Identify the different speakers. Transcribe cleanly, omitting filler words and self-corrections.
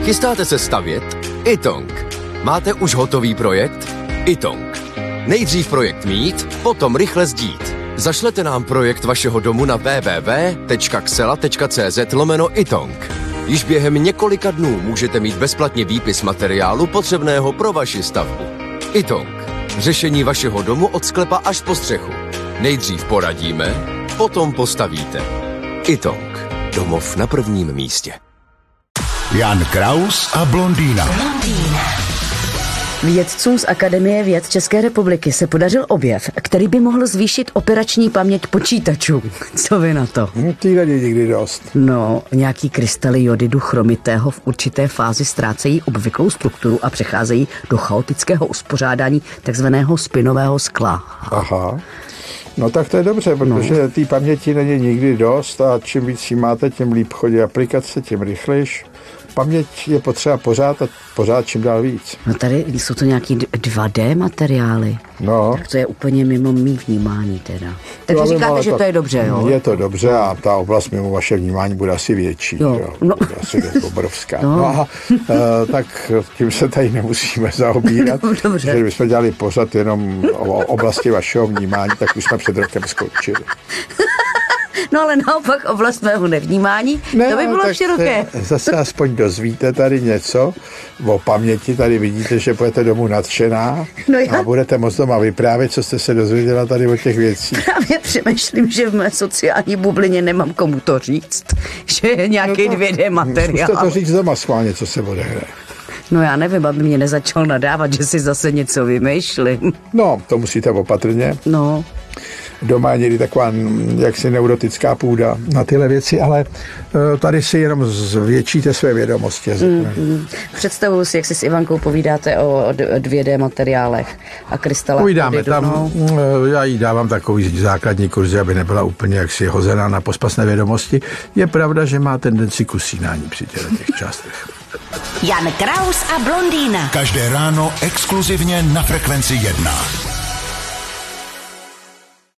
Speaker 1: Chystáte se stavět? iTong. Máte už hotový projekt? iTong. Nejdřív projekt mít, potom rychle sdít. Zašlete nám projekt vašeho domu na www.xela.cz/iTong. Již během několika dnů můžete mít bezplatně výpis materiálu potřebného pro vaši stavbu. iTong. Řešení vašeho domu od sklepa až po střechu. Nejdřív poradíme, potom postavíte. iTong. Domov na prvním místě.
Speaker 2: Jan Kraus a blondýna.
Speaker 3: Vědcům z Akademie věd České republiky se podařil objev, který by mohl zvýšit operační paměť počítačů. Co vy na to?
Speaker 4: Ty není nikdy dost.
Speaker 3: No, nějaký krystaly jodidu chromitého v určité fázi ztrácejí obvyklou strukturu a přecházejí do chaotického uspořádání takzvaného spinového skla.
Speaker 4: Aha. No tak to je dobře, protože té paměti není nikdy dost a čím víc jí máte, tím líp chodí aplikace, tím rychlejš. Paměť je potřeba pořád čím dál víc.
Speaker 3: No tady jsou to nějaký 2D materiály.
Speaker 4: No.
Speaker 3: Tak to je úplně mimo mý vnímání teda. Takže říkáte, že to je dobře, jo?
Speaker 4: Je to dobře a ta oblast mimo vaše vnímání bude asi větší. Jo. No. Bude asi obrovská. No a tak tím se tady nemusíme zaobírat. No, dobře. Když bychom dělali pořad jenom o oblasti vašeho vnímání, tak už jsme před rokem skončili.
Speaker 3: No ale naopak oblast mého nevnímání, to by bylo široké.
Speaker 4: Zase aspoň dozvíte tady něco o paměti, tady vidíte, že budete domů nadšená a budete moc doma vyprávět, co jste se dozvěděla tady o těch věcích.
Speaker 3: Právě přemýšlím, že v mé sociální bublině nemám komu to říct, že je nějaký 2D materiál.
Speaker 4: Zkuste to říct doma schválně, co se odehraje.
Speaker 3: No já nevím, aby mě nezačal nadávat, že si zase něco vymýšlím.
Speaker 4: No, to musíte opatrně.
Speaker 3: No.
Speaker 4: Doma je někdy taková jaksi neurotická půda na tyhle věci, ale tady si jenom zvětšíte své vědomosti.
Speaker 3: Představuji si, jak si s Ivankou povídáte o 2D materiálech a krystalách.
Speaker 4: Povídáme tam, já jí dávám takový základní kurz, aby nebyla úplně jaksi hozená na pospasné vědomosti. Je pravda, že má tendenci k usínání při těch částech.
Speaker 5: Jan Kraus a blondýna.
Speaker 2: Každé ráno exkluzivně na Frekvenci 1.